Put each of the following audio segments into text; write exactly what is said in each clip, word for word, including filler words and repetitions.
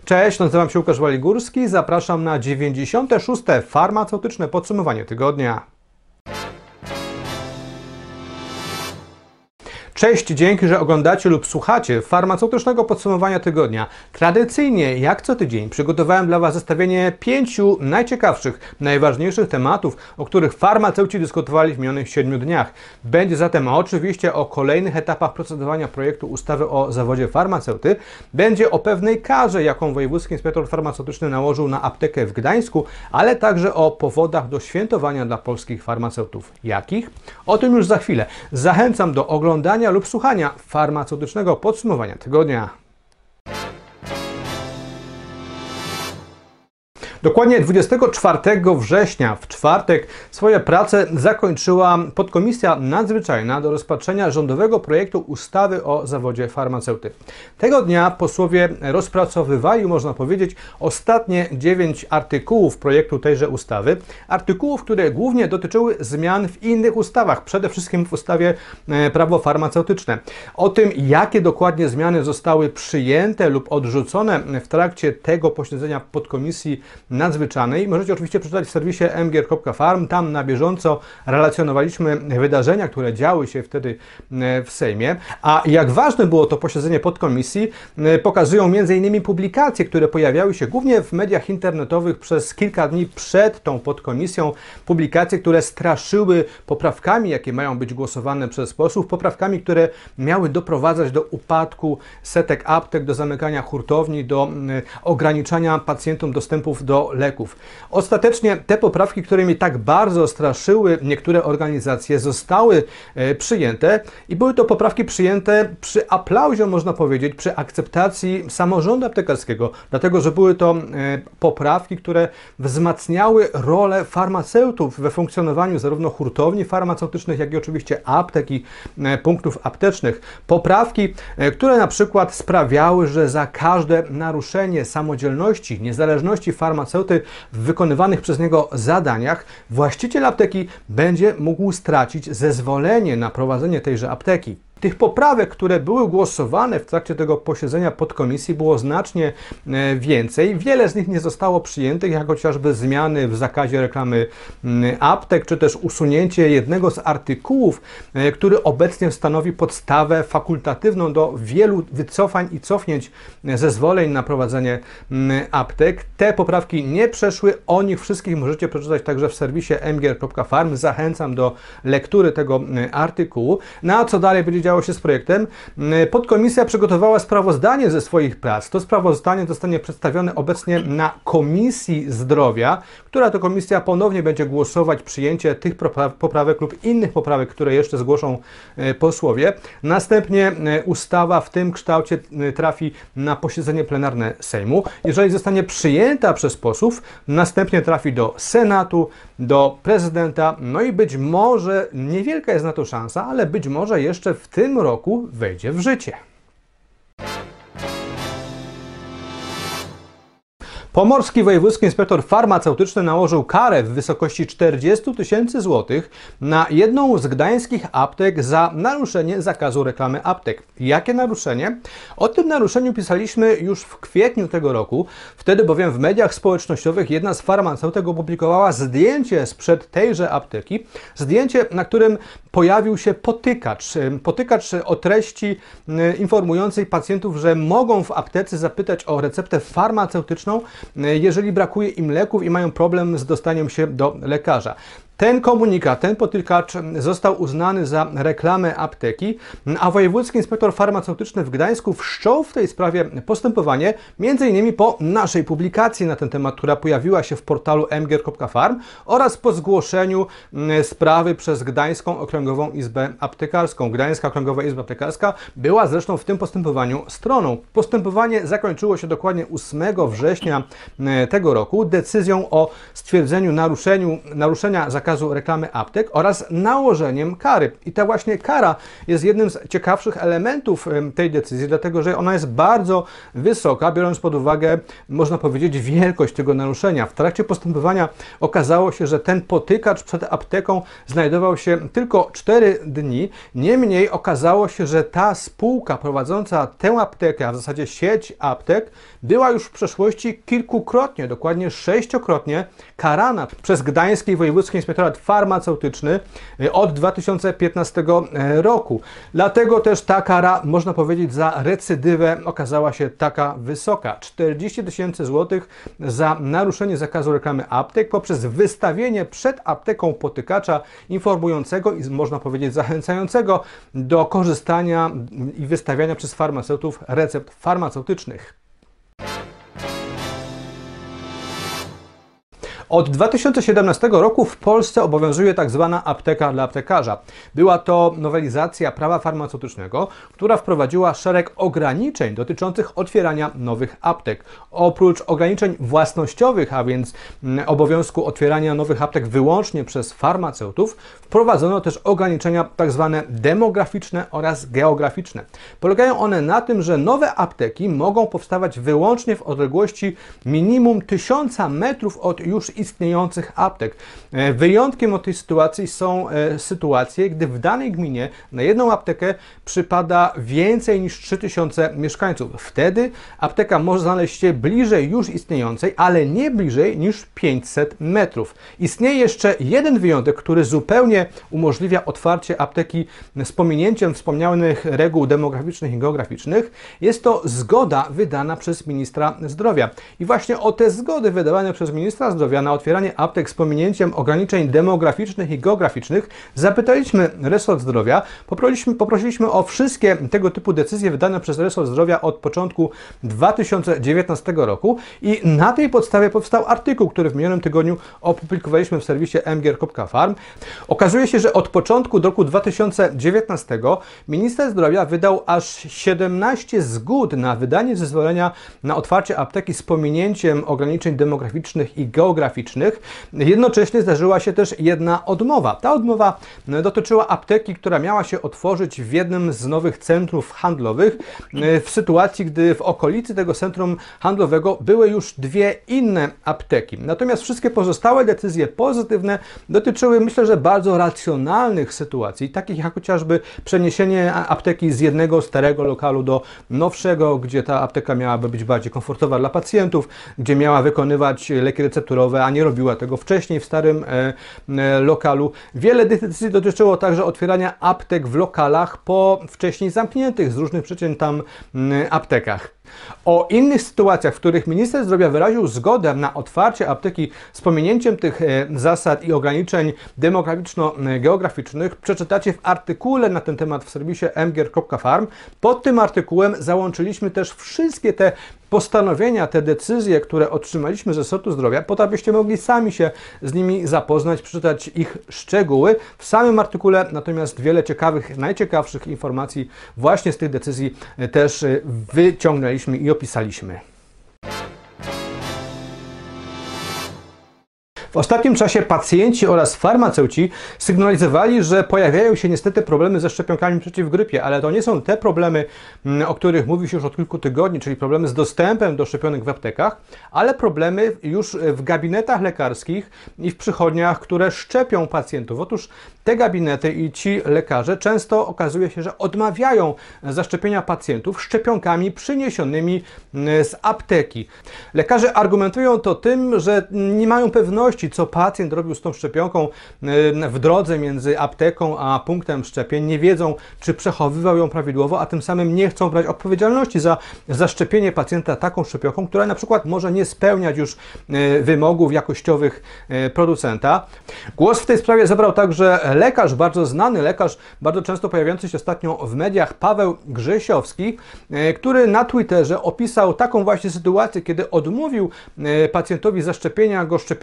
Cześć, nazywam się Łukasz Waligórski, zapraszam na dziewięćdziesiąte szóste farmaceutyczne podsumowanie tygodnia. Cześć, dzięki, że oglądacie lub słuchacie farmaceutycznego podsumowania tygodnia. Tradycyjnie, jak co tydzień, przygotowałem dla Was zestawienie pięciu najciekawszych, najważniejszych tematów, o których farmaceuci dyskutowali w minionych siedmiu dniach. Będzie zatem oczywiście o kolejnych etapach procedowania projektu ustawy o zawodzie farmaceuty. Będzie o pewnej karze, jaką wojewódzki inspektor farmaceutyczny nałożył na aptekę w Gdańsku, ale także o powodach do świętowania dla polskich farmaceutów. Jakich? O tym już za chwilę. Zachęcam do oglądania lub słuchania farmaceutycznego podsumowania tygodnia. Dokładnie dwudziestego czwartego września, w czwartek, swoje prace zakończyła podkomisja nadzwyczajna do rozpatrzenia rządowego projektu ustawy o zawodzie farmaceuty. Tego dnia posłowie rozpracowywali, można powiedzieć, ostatnie dziewięć artykułów projektu tejże ustawy. Artykułów, które głównie dotyczyły zmian w innych ustawach, przede wszystkim w ustawie Prawo farmaceutyczne. O tym, jakie dokładnie zmiany zostały przyjęte lub odrzucone w trakcie tego posiedzenia podkomisji nadzwyczajnej, możecie oczywiście przeczytać w serwisie m g r kropka farm. Tam na bieżąco relacjonowaliśmy wydarzenia, które działy się wtedy w Sejmie. A jak ważne było to posiedzenie podkomisji, pokazują między innymi publikacje, które pojawiały się głównie w mediach internetowych przez kilka dni przed tą podkomisją. Publikacje, które straszyły poprawkami, jakie mają być głosowane przez posłów, poprawkami, które miały doprowadzać do upadku setek aptek, do zamykania hurtowni, do ograniczania pacjentom dostępów do leków. Ostatecznie te poprawki, które mnie tak bardzo straszyły niektóre organizacje, zostały e, przyjęte i były to poprawki przyjęte przy aplauzie, można powiedzieć, przy akceptacji samorządu aptekarskiego, dlatego że były to e, poprawki, które wzmacniały rolę farmaceutów we funkcjonowaniu zarówno hurtowni farmaceutycznych, jak i oczywiście aptek i e, punktów aptecznych. Poprawki, e, które na przykład sprawiały, że za każde naruszenie samodzielności, niezależności farmaceuty w wykonywanych przez niego zadaniach właściciel apteki będzie mógł stracić zezwolenie na prowadzenie tejże apteki. Tych poprawek, które były głosowane w trakcie tego posiedzenia podkomisji, było znacznie więcej. Wiele z nich nie zostało przyjętych, jak chociażby zmiany w zakazie reklamy aptek, czy też usunięcie jednego z artykułów, który obecnie stanowi podstawę fakultatywną do wielu wycofań i cofnięć zezwoleń na prowadzenie aptek. Te poprawki nie przeszły, o nich wszystkich możecie przeczytać także w serwisie m g r kropka farm. Zachęcam do lektury tego artykułu. No a co dalej będzie działo się z projektem? Podkomisja przygotowała sprawozdanie ze swoich prac. To sprawozdanie zostanie przedstawione obecnie na Komisji Zdrowia, która to komisja ponownie będzie głosować przyjęcie tych poprawek lub innych poprawek, które jeszcze zgłoszą posłowie. Następnie ustawa w tym kształcie trafi na posiedzenie plenarne Sejmu. Jeżeli zostanie przyjęta przez posłów, następnie trafi do Senatu, do prezydenta, no i być może, niewielka jest na to szansa, ale być może jeszcze w tym roku wejdzie w życie. Pomorski wojewódzki inspektor farmaceutyczny nałożył karę w wysokości czterdziestu tysięcy złotych na jedną z gdańskich aptek za naruszenie zakazu reklamy aptek. Jakie naruszenie? O tym naruszeniu pisaliśmy już w kwietniu tego roku. Wtedy bowiem w mediach społecznościowych jedna z farmaceutek opublikowała zdjęcie sprzed tejże apteki. Zdjęcie, na którym pojawił się potykacz. Potykacz o treści informującej pacjentów, że mogą w aptece zapytać o receptę farmaceutyczną, jeżeli brakuje im leków i mają problem z dostaniem się do lekarza. Ten komunikat, ten potykacz został uznany za reklamę apteki, a wojewódzki inspektor farmaceutyczny w Gdańsku wszczął w tej sprawie postępowanie, między innymi po naszej publikacji na ten temat, która pojawiła się w portalu m g r kropka farm oraz po zgłoszeniu sprawy przez Gdańską Okręgową Izbę Aptekarską. Gdańska Okręgowa Izba Aptekarska była zresztą w tym postępowaniu stroną. Postępowanie zakończyło się dokładnie ósmego września tego roku decyzją o stwierdzeniu naruszeniu, naruszenia zakazu zakazu reklamy aptek oraz nałożeniem kary. I ta właśnie kara jest jednym z ciekawszych elementów tej decyzji, dlatego że ona jest bardzo wysoka, biorąc pod uwagę, można powiedzieć, wielkość tego naruszenia. W trakcie postępowania okazało się, że ten potykacz przed apteką znajdował się tylko cztery dni. Niemniej okazało się, że ta spółka prowadząca tę aptekę, a w zasadzie sieć aptek, była już w przeszłości kilkukrotnie, dokładnie sześciokrotnie karana przez Gdański Wojewódzki Inspektorat Farmaceutyczny od dwa tysiące piętnastego roku. Dlatego też ta kara, można powiedzieć, za recydywę okazała się taka wysoka. czterdzieści tysięcy złotych za naruszenie zakazu reklamy aptek poprzez wystawienie przed apteką potykacza informującego i, można powiedzieć, zachęcającego do korzystania i wystawiania przez farmaceutów recept farmaceutycznych. Od dwa tysiące siedemnastego roku w Polsce obowiązuje tak zwana apteka dla aptekarza. Była to nowelizacja prawa farmaceutycznego, która wprowadziła szereg ograniczeń dotyczących otwierania nowych aptek. Oprócz ograniczeń własnościowych, a więc obowiązku otwierania nowych aptek wyłącznie przez farmaceutów, wprowadzono też ograniczenia tak zwane demograficzne oraz geograficzne. Polegają one na tym, że nowe apteki mogą powstawać wyłącznie w odległości minimum tysiąca metrów od już istniejących aptek. Wyjątkiem od tej sytuacji są sytuacje, gdy w danej gminie na jedną aptekę przypada więcej niż trzy tysiące mieszkańców. Wtedy apteka może znaleźć się bliżej już istniejącej, ale nie bliżej niż pięćset metrów. Istnieje jeszcze jeden wyjątek, który zupełnie umożliwia otwarcie apteki z pominięciem wspomnianych reguł demograficznych i geograficznych. Jest to zgoda wydana przez ministra zdrowia. I właśnie o te zgody wydawane przez ministra zdrowia na otwieranie aptek z pominięciem ograniczeń demograficznych i geograficznych zapytaliśmy resort zdrowia, poprosiliśmy, poprosiliśmy o wszystkie tego typu decyzje wydane przez resort zdrowia od początku dwa tysiące dziewiętnastego roku i na tej podstawie powstał artykuł, który w minionym tygodniu opublikowaliśmy w serwisie m gier kropka farm. Okazuje się, że od początku roku dwa tysiące dziewiętnastego minister zdrowia wydał aż siedemnaście zgód na wydanie zezwolenia na otwarcie apteki z pominięciem ograniczeń demograficznych i geograficznych. Jednocześnie zdarzyła się też jedna odmowa. Ta odmowa dotyczyła apteki, która miała się otworzyć w jednym z nowych centrów handlowych w sytuacji, gdy w okolicy tego centrum handlowego były już dwie inne apteki. Natomiast wszystkie pozostałe decyzje pozytywne dotyczyły, myślę, że bardzo racjonalnych sytuacji, takich jak chociażby przeniesienie apteki z jednego starego lokalu do nowszego, gdzie ta apteka miałaby być bardziej komfortowa dla pacjentów, gdzie miała wykonywać leki recepturowe, a nie robiła tego wcześniej w starym e, e, lokalu. Wiele decyzji dotyczyło także otwierania aptek w lokalach po wcześniej zamkniętych z różnych przyczyn tam m, aptekach. O innych sytuacjach, w których minister zdrowia wyraził zgodę na otwarcie apteki z pominięciem tych e, zasad i ograniczeń demograficzno-geograficznych, przeczytacie w artykule na ten temat w serwisie m gier kropka farm. Pod tym artykułem załączyliśmy też wszystkie te postanowienia, te decyzje, które otrzymaliśmy z resortu zdrowia, po to, abyście mogli sami się z nimi zapoznać, przeczytać ich szczegóły. W samym artykule natomiast wiele ciekawych, najciekawszych informacji właśnie z tych decyzji też wyciągnęliśmy i opisaliśmy. W ostatnim czasie pacjenci oraz farmaceuci sygnalizowali, że pojawiają się niestety problemy ze szczepionkami przeciw grypie, ale to nie są te problemy, o których mówi się już od kilku tygodni, czyli problemy z dostępem do szczepionek w aptekach, ale problemy już w gabinetach lekarskich i w przychodniach, które szczepią pacjentów. Otóż te gabinety i ci lekarze często okazuje się, że odmawiają zaszczepienia pacjentów szczepionkami przyniesionymi z apteki. Lekarze argumentują to tym, że nie mają pewności, co pacjent robił z tą szczepionką w drodze między apteką a punktem szczepień. Nie wiedzą, czy przechowywał ją prawidłowo, a tym samym nie chcą brać odpowiedzialności za zaszczepienie pacjenta taką szczepionką, która na przykład może nie spełniać już wymogów jakościowych producenta. Głos w tej sprawie zabrał także lekarz, bardzo znany lekarz, bardzo często pojawiający się ostatnio w mediach, Paweł Grzesiowski, który na Twitterze opisał taką właśnie sytuację, kiedy odmówił pacjentowi zaszczepienia go szczepionką przyniesioną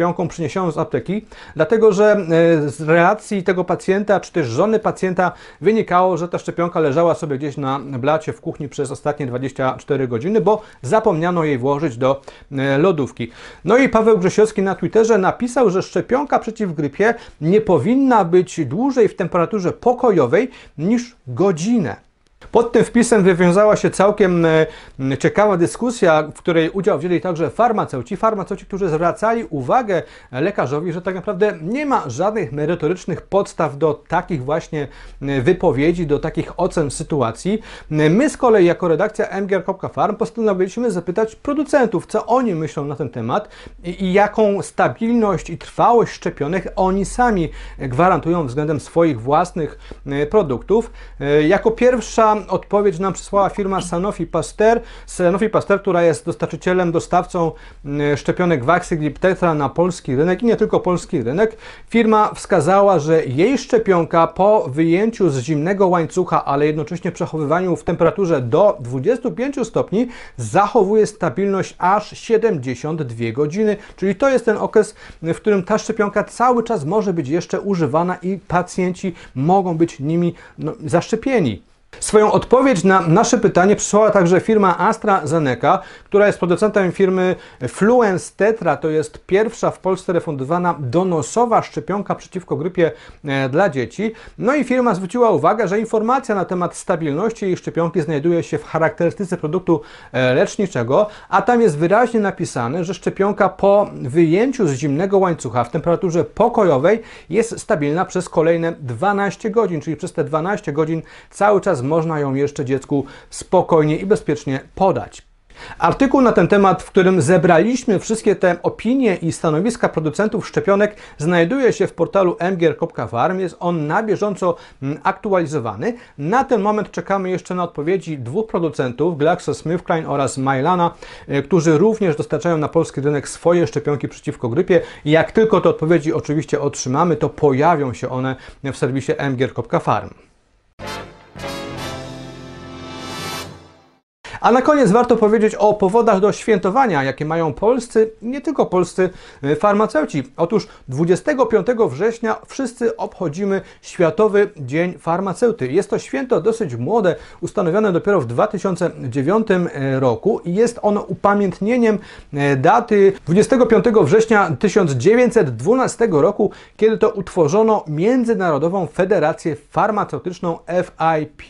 przyniesioną z apteki, dlatego że z relacji tego pacjenta, czy też żony pacjenta wynikało, że ta szczepionka leżała sobie gdzieś na blacie w kuchni przez ostatnie dwadzieścia cztery godziny, bo zapomniano jej włożyć do lodówki. No i Paweł Grzesiowski na Twitterze napisał, że szczepionka przeciw grypie nie powinna być dłużej w temperaturze pokojowej niż godzinę. Pod tym wpisem wywiązała się całkiem ciekawa dyskusja, w której udział wzięli także farmaceuci. Farmaceuci, którzy zwracali uwagę lekarzowi, że tak naprawdę nie ma żadnych merytorycznych podstaw do takich właśnie wypowiedzi, do takich ocen sytuacji. My z kolei jako redakcja m g r kropka farm postanowiliśmy zapytać producentów, co oni myślą na ten temat i jaką stabilność i trwałość szczepionek oni sami gwarantują względem swoich własnych produktów. Jako pierwsza odpowiedź nam przysłała firma Sanofi Pasteur. Sanofi Pasteur, która jest dostarczycielem, dostawcą szczepionek Vaxiglip Tetra na polski rynek i nie tylko polski rynek. Firma wskazała, że jej szczepionka po wyjęciu z zimnego łańcucha, ale jednocześnie przechowywaniu w temperaturze do dwudziestu pięciu stopni zachowuje stabilność aż siedemdziesiąt dwie godziny, czyli to jest ten okres, w którym ta szczepionka cały czas może być jeszcze używana i pacjenci mogą być nimi no, zaszczepieni. Swoją odpowiedź na nasze pytanie przysłała także firma AstraZeneca, która jest producentem firmy Fluence Tetra. To jest pierwsza w Polsce refundowana donosowa szczepionka przeciwko grypie dla dzieci. No i firma zwróciła uwagę, że informacja na temat stabilności jej szczepionki znajduje się w charakterystyce produktu leczniczego, a tam jest wyraźnie napisane, że szczepionka po wyjęciu z zimnego łańcucha w temperaturze pokojowej jest stabilna przez kolejne dwanaście godzin, czyli przez te dwanaście godzin cały czas można ją jeszcze dziecku spokojnie i bezpiecznie podać. Artykuł na ten temat, w którym zebraliśmy wszystkie te opinie i stanowiska producentów szczepionek, znajduje się w portalu m g r kropka farm. Jest on na bieżąco aktualizowany. Na ten moment czekamy jeszcze na odpowiedzi dwóch producentów, GlaxoSmithKline oraz Mylana, którzy również dostarczają na polski rynek swoje szczepionki przeciwko grypie. Jak tylko te odpowiedzi oczywiście otrzymamy, to pojawią się one w serwisie m g r kropka farm. A na koniec warto powiedzieć o powodach do świętowania, jakie mają polscy, nie tylko polscy farmaceuci. Otóż dwudziestego piątego września wszyscy obchodzimy Światowy Dzień Farmaceuty. Jest to święto dosyć młode, ustanowione dopiero w dwa tysiące dziewiątym roku i jest ono upamiętnieniem daty dwudziestego piątego września tysiąc dziewięćset dwunastego roku, kiedy to utworzono Międzynarodową Federację Farmaceutyczną F I P.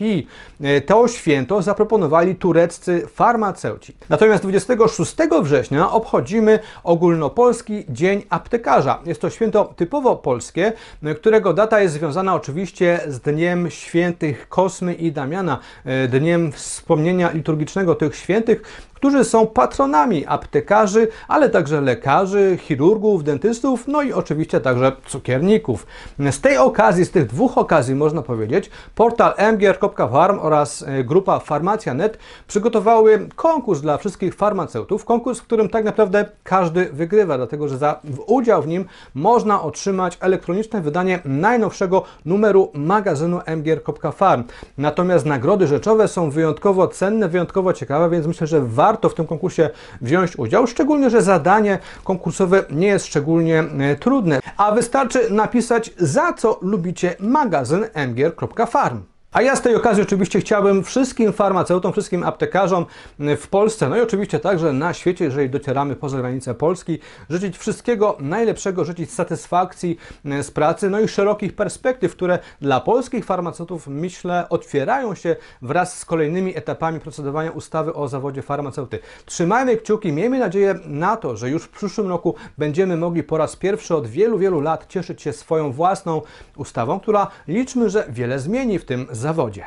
To święto zaproponowali tureccy farmaceuci. Natomiast dwudziestego szóstego września obchodzimy Ogólnopolski Dzień Aptekarza. Jest to święto typowo polskie, którego data jest związana oczywiście z Dniem Świętych Kosmy i Damiana, dniem wspomnienia liturgicznego tych świętych, którzy są patronami aptekarzy, ale także lekarzy, chirurgów, dentystów, no i oczywiście także cukierników. Z tej okazji, z tych dwóch okazji można powiedzieć, portal m g r kropka farm oraz grupa Farmacja kropka net przygotowały konkurs dla wszystkich farmaceutów, konkurs, w którym tak naprawdę każdy wygrywa, dlatego że za udział w nim można otrzymać elektroniczne wydanie najnowszego numeru magazynu m g r kropka farm. Natomiast nagrody rzeczowe są wyjątkowo cenne, wyjątkowo ciekawe, więc myślę, że warto w tym konkursie wziąć udział, szczególnie, że zadanie konkursowe nie jest szczególnie trudne, a wystarczy napisać, za co lubicie magazyn m g r kropka farm. A ja z tej okazji oczywiście chciałbym wszystkim farmaceutom, wszystkim aptekarzom w Polsce, no i oczywiście także na świecie, jeżeli docieramy poza granicę Polski, życzyć wszystkiego najlepszego, życzyć satysfakcji z pracy, no i szerokich perspektyw, które dla polskich farmaceutów, myślę, otwierają się wraz z kolejnymi etapami procedowania ustawy o zawodzie farmaceuty. Trzymajmy kciuki, miejmy nadzieję na to, że już w przyszłym roku będziemy mogli po raz pierwszy od wielu, wielu lat cieszyć się swoją własną ustawą, która liczmy, że wiele zmieni w tym zawodzie.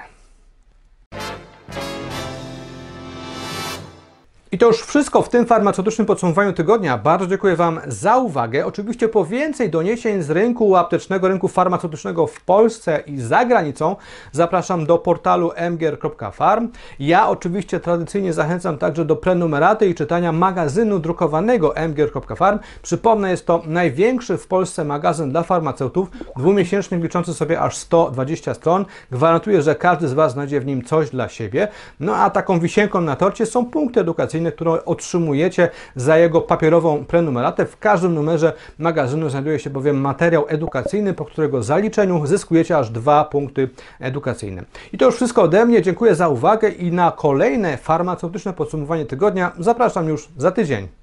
I to już wszystko w tym farmaceutycznym podsumowaniu tygodnia. Bardzo dziękuję Wam za uwagę. Oczywiście po więcej doniesień z rynku aptecznego, rynku farmaceutycznego w Polsce i za granicą zapraszam do portalu m g r kropka farm. Ja oczywiście tradycyjnie zachęcam także do prenumeraty i czytania magazynu drukowanego m g r kropka farm. Przypomnę, jest to największy w Polsce magazyn dla farmaceutów, dwumiesięczny, liczący sobie aż sto dwadzieścia stron. Gwarantuję, że każdy z Was znajdzie w nim coś dla siebie. No a taką wisienką na torcie są punkty edukacyjne, edukacyjny, który otrzymujecie za jego papierową prenumeratę. W każdym numerze magazynu znajduje się bowiem materiał edukacyjny, po którego zaliczeniu zyskujecie aż dwa punkty edukacyjne. I to już wszystko ode mnie. Dziękuję za uwagę i na kolejne farmaceutyczne podsumowanie tygodnia zapraszam już za tydzień.